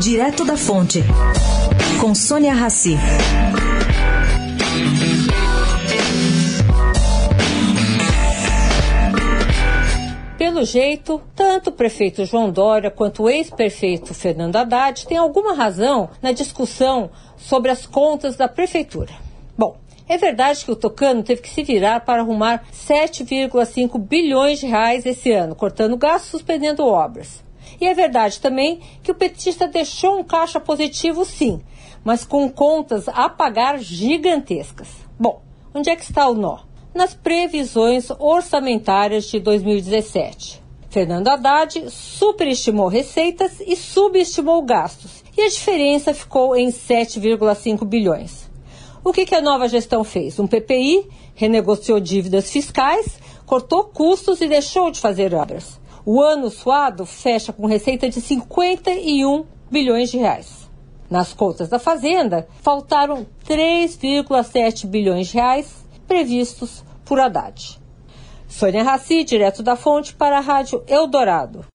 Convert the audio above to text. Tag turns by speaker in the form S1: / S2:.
S1: Direto da Fonte, com Sônia Rassi.
S2: Pelo jeito, tanto o prefeito João Dória quanto o ex-prefeito Fernando Haddad têm alguma razão na discussão sobre as contas da prefeitura. Bom, é verdade que o Tucano teve que se virar para arrumar 7,5 bilhões de reais esse ano, cortando gastos e suspendendo obras. E é verdade também que o petista deixou um caixa positivo, sim, mas com contas a pagar gigantescas. Bom, onde é que está o nó? Nas previsões orçamentárias de 2017. Fernando Haddad superestimou receitas e subestimou gastos, e a diferença ficou em 7,5 bilhões. O que a nova gestão fez? Um PPI, renegociou dívidas fiscais, cortou custos e deixou de fazer obras. O ano suado fecha com receita de 51 bilhões de reais. Nas contas da Fazenda, faltaram 3,7 bilhões de reais previstos por Haddad. Sônia Rassi, direto da Fonte, para a Rádio Eldorado.